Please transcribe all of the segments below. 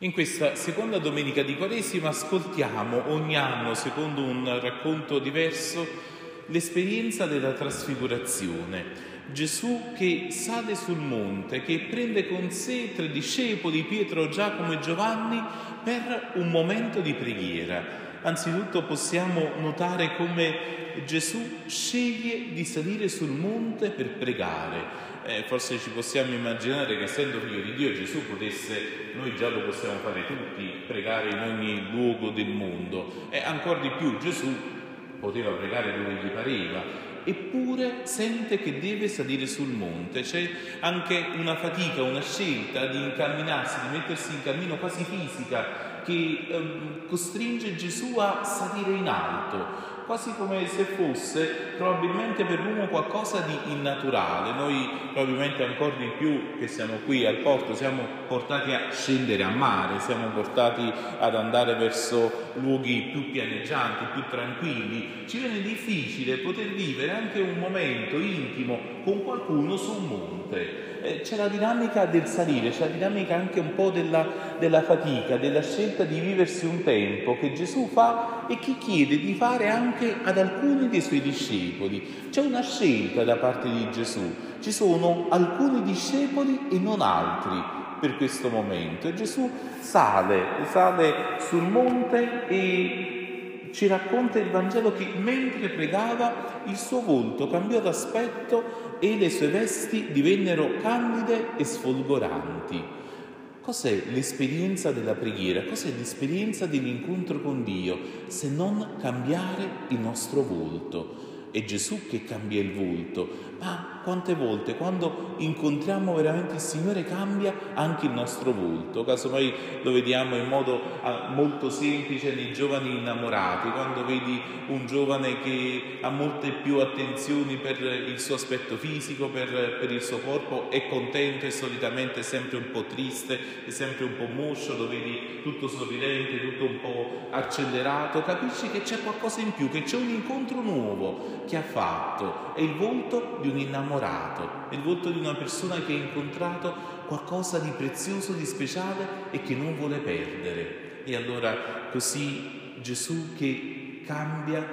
In questa seconda domenica di Quaresima ascoltiamo ogni anno, secondo un racconto diverso, l'esperienza della trasfigurazione. Gesù che sale sul monte, che prende con sé 3 discepoli, Pietro, Giacomo e Giovanni, per un momento di preghiera. Anzitutto possiamo notare come Gesù sceglie di salire sul monte per pregare. Forse ci possiamo immaginare che, essendo figlio di Dio, Gesù potesse, noi già lo possiamo fare tutti, pregare in ogni luogo del mondo. E ancora di più Gesù poteva pregare dove gli pareva, eppure sente che deve salire sul monte. C'è anche una fatica, una scelta di incamminarsi, di mettersi in cammino quasi fisica, che costringe Gesù a salire in alto, quasi come se fosse probabilmente per l'uomo qualcosa di innaturale. Noi probabilmente ancora di più che siamo qui al porto siamo portati a scendere a mare, siamo portati ad andare verso luoghi più pianeggianti, più tranquilli. Ci viene difficile poter vivere anche un momento intimo con qualcuno su un monte. C'è la dinamica del salire, c'è la dinamica anche un po' della fatica, della scelta di viversi un tempo che Gesù fa e che chiede di fare anche ad alcuni dei suoi discepoli. C'è una scelta da parte di Gesù, ci sono alcuni discepoli e non altri per questo momento. E Gesù sale sul monte e ci racconta il Vangelo che mentre pregava il suo volto cambiò d'aspetto e le sue vesti divennero candide e sfolgoranti. Cos'è l'esperienza della preghiera? Cos'è l'esperienza dell'incontro con Dio se non cambiare il nostro volto? È Gesù che cambia il volto, ma quante volte quando incontriamo veramente il Signore cambia anche il nostro volto. Casomai lo vediamo in modo molto semplice nei giovani innamorati, quando vedi un giovane che ha molte più attenzioni per il suo aspetto fisico, per il suo corpo, è contento e solitamente è sempre un po' triste, è sempre un po' moscio, lo vedi tutto sorridente, tutto un po' accelerato, capisci che c'è qualcosa in più, che c'è un incontro nuovo che ha fatto. È il volto di un innamorato, è il volto di una persona che ha incontrato qualcosa di prezioso, di speciale e che non vuole perdere. E allora così Gesù che cambia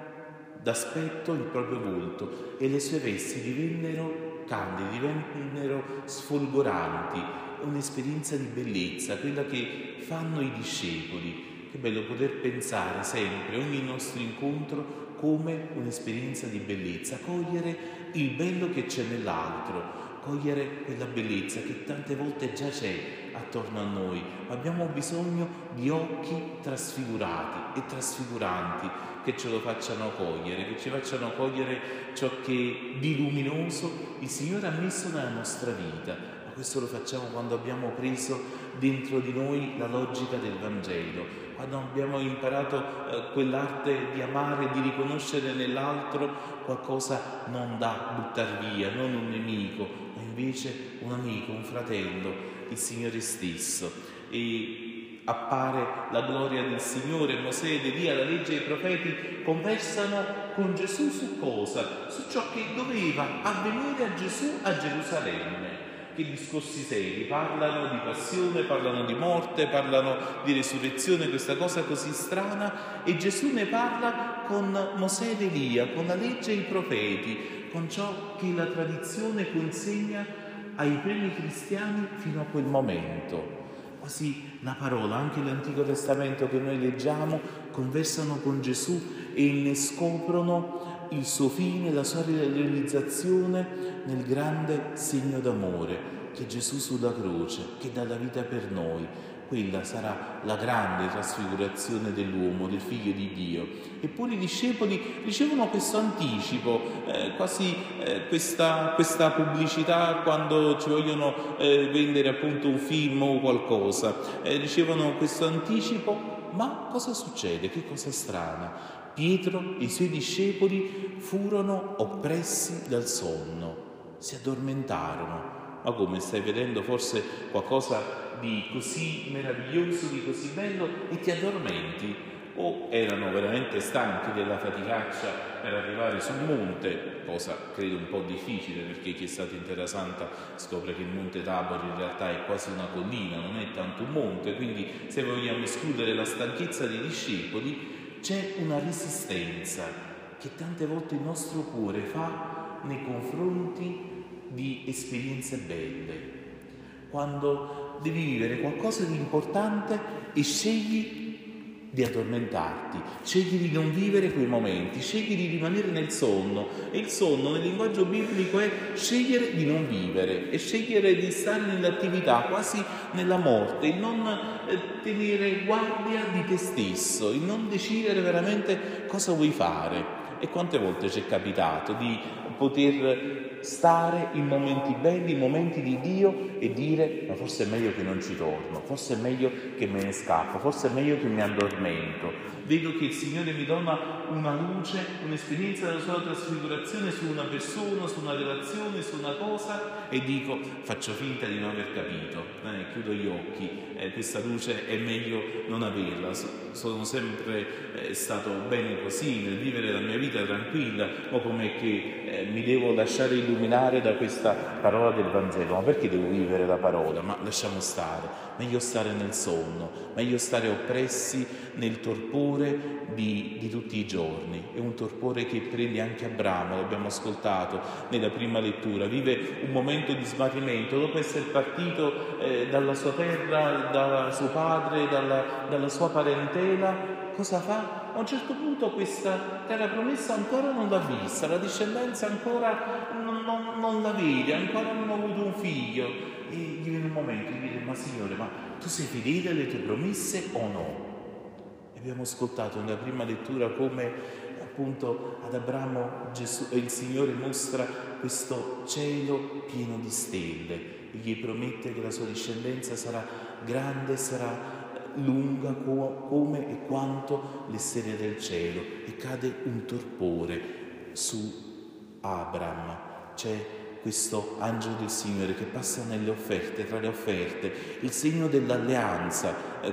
d'aspetto il proprio volto e le sue vesti divennero candide, divennero sfolgoranti, un'esperienza di bellezza, quella che fanno i discepoli. Che bello poter pensare sempre ogni nostro incontro come un'esperienza di bellezza, cogliere il bello che c'è nell'altro, cogliere quella bellezza che tante volte già c'è attorno a noi, ma abbiamo bisogno di occhi trasfigurati e trasfiguranti che ce lo facciano cogliere, che ci facciano cogliere ciò che di luminoso il Signore ha messo nella nostra vita. Ma questo lo facciamo quando abbiamo preso dentro di noi la logica del Vangelo, quando abbiamo imparato quell'arte di amare, di riconoscere nell'altro qualcosa non da buttar via, non un nemico, ma invece un amico, un fratello, il Signore stesso. E appare la gloria del Signore. Mosè ed Elia, la legge e i profeti conversano con Gesù su cosa? Su ciò che doveva avvenire a Gesù a Gerusalemme. Che discorsi seri, parlano di passione, parlano di morte, parlano di resurrezione, questa cosa così strana, e Gesù ne parla con Mosè ed Elia, con la legge e i profeti, con ciò che la tradizione consegna ai primi cristiani fino a quel momento. Quasi la parola, anche l'Antico Testamento che noi leggiamo, conversano con Gesù e ne scoprono il suo fine, la sua realizzazione nel grande segno d'amore che Gesù sulla croce, che dà la vita per noi. Quella sarà la grande trasfigurazione dell'uomo, del Figlio di Dio. Eppure i discepoli ricevono questo anticipo, quasi questa pubblicità quando ci vogliono vendere appunto un film o qualcosa. Ricevono questo anticipo, ma cosa succede? Che cosa strana? Pietro e i suoi discepoli furono oppressi dal sonno, si addormentarono. Ma come, stai vedendo forse qualcosa di così meraviglioso, di così bello e ti addormenti? o erano veramente stanchi della faticaccia per arrivare sul monte, cosa credo un po' difficile, perché chi è stato in Terra Santa scopre che il Monte Tabor in realtà è quasi una collina, non è tanto un monte, quindi se vogliamo escludere la stanchezza dei discepoli, c'è una resistenza che tante volte il nostro cuore fa nei confronti di esperienze belle. Quando devi vivere qualcosa di importante e scegli di addormentarti, scegli di non vivere quei momenti, scegli di rimanere nel sonno, e il sonno nel linguaggio biblico è scegliere di non vivere, e scegliere di stare nell'attività, quasi nella morte, il non tenere guardia di te stesso, il non decidere veramente cosa vuoi fare. E quante volte ci è capitato di poter stare in momenti belli, in momenti di Dio, e dire: ma forse è meglio che non ci torno, forse è meglio che me ne scappo, forse è meglio che mi addormento. Vedo che il Signore mi dona una luce, un'esperienza della sua trasfigurazione su una persona, su una relazione, su una cosa, e dico: faccio finta di non aver capito, chiudo gli occhi, questa luce è meglio non averla. Sono sempre stato bene così, nel vivere la mia vita tranquilla, o com'è che mi devo lasciare illuminare da questa parola del Vangelo? Ma perché devo vivere la parola? Ma lasciamo stare, meglio stare nel sonno, meglio stare oppressi nel torpore di tutti i giorni. È un torpore che prende anche Abramo, l'abbiamo ascoltato nella prima lettura, vive un momento di smarrimento dopo essere partito dalla sua terra, da suo padre, dalla sua parentela. Cosa fa? A un certo punto questa terra promessa ancora non l'ha vista, la discendenza ancora non la vede, ancora non ha avuto un figlio, e gli viene un momento di dire: ma Signore, ma tu sei fedele alle tue promesse o no? Abbiamo ascoltato nella prima lettura come appunto ad Abramo il Signore mostra questo cielo pieno di stelle e gli promette che la sua discendenza sarà grande, sarà lunga come e quanto le stelle del cielo, e cade un torpore su Abram. C'è questo angelo del Signore che passa nelle offerte, tra le offerte, il segno dell'alleanza,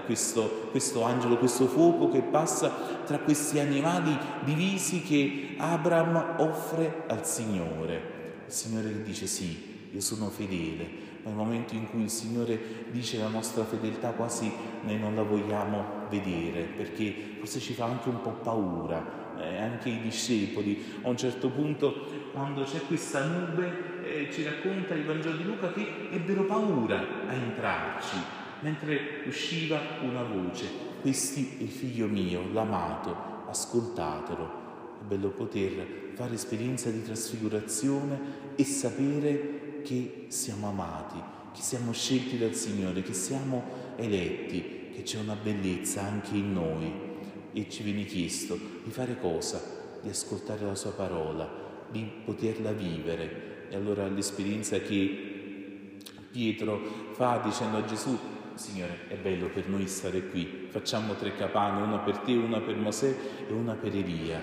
questo angelo, questo fuoco che passa tra questi animali divisi che Abram offre al Signore. Il Signore che dice: sì, io sono fedele, ma nel momento in cui il Signore dice la nostra fedeltà quasi noi non la vogliamo vedere, perché forse ci fa anche un po' paura. Anche i discepoli a un certo punto, quando c'è questa nube, ci racconta il Vangelo di Luca che ebbero paura a entrarci, mentre usciva una voce: questi è il figlio mio, l'amato, ascoltatelo. È bello poter fare esperienza di trasfigurazione e sapere che siamo amati, che siamo scelti dal Signore, che siamo eletti, che c'è una bellezza anche in noi. E ci viene chiesto di fare cosa? Di ascoltare la sua parola, di poterla vivere. E allora l'esperienza che Pietro fa dicendo a Gesù: Signore, è bello per noi stare qui, facciamo 3 capanne, una per te, una per Mosè e una per Elia.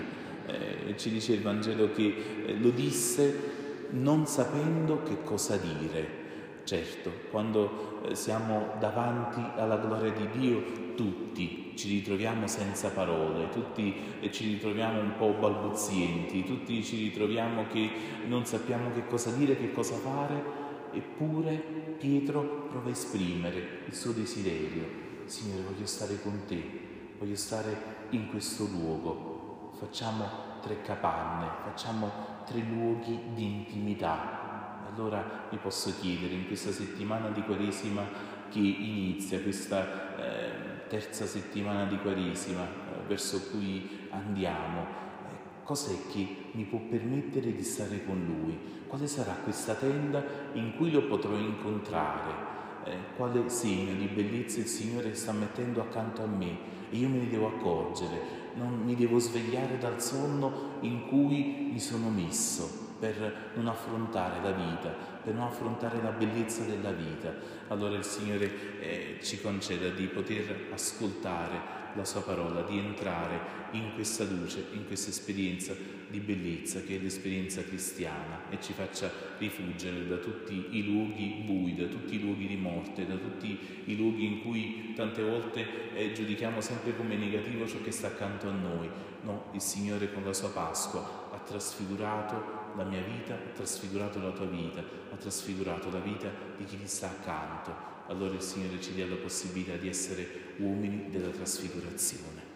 Ci dice il Vangelo che lo disse non sapendo che cosa dire. Certo, quando siamo davanti alla gloria di Dio, tutti ci ritroviamo senza parole, tutti ci ritroviamo un po' balbuzienti, tutti ci ritroviamo che non sappiamo che cosa dire, che cosa fare, eppure Pietro prova a esprimere il suo desiderio: Signore, voglio stare con te, voglio stare in questo luogo. Facciamo 3 capanne, facciamo 3 luoghi di intimità. Allora vi posso chiedere, in questa settimana di Quaresima che inizia, questa terza settimana di Quaresima verso cui andiamo, cos'è che mi può permettere di stare con Lui? Quale sarà questa tenda in cui lo potrò incontrare? Quale segno di bellezza il Signore sta mettendo accanto a me? E io me ne devo accorgere, non mi devo svegliare dal sonno in cui mi sono messo, per non affrontare la vita, per non affrontare la bellezza della vita. Allora il Signore ci conceda di poter ascoltare la sua parola, di entrare in questa luce, in questa esperienza di bellezza che è l'esperienza cristiana, e ci faccia rifuggere da tutti i luoghi bui, da tutti i luoghi di morte, da tutti i luoghi in cui tante volte giudichiamo sempre come negativo ciò che sta accanto a noi. No, il Signore con la sua Pasqua ha trasfigurato la mia vita, ha trasfigurato la tua vita, ha trasfigurato la vita di chi ti sta accanto. Allora il Signore ci dia la possibilità di essere uomini della trasfigurazione.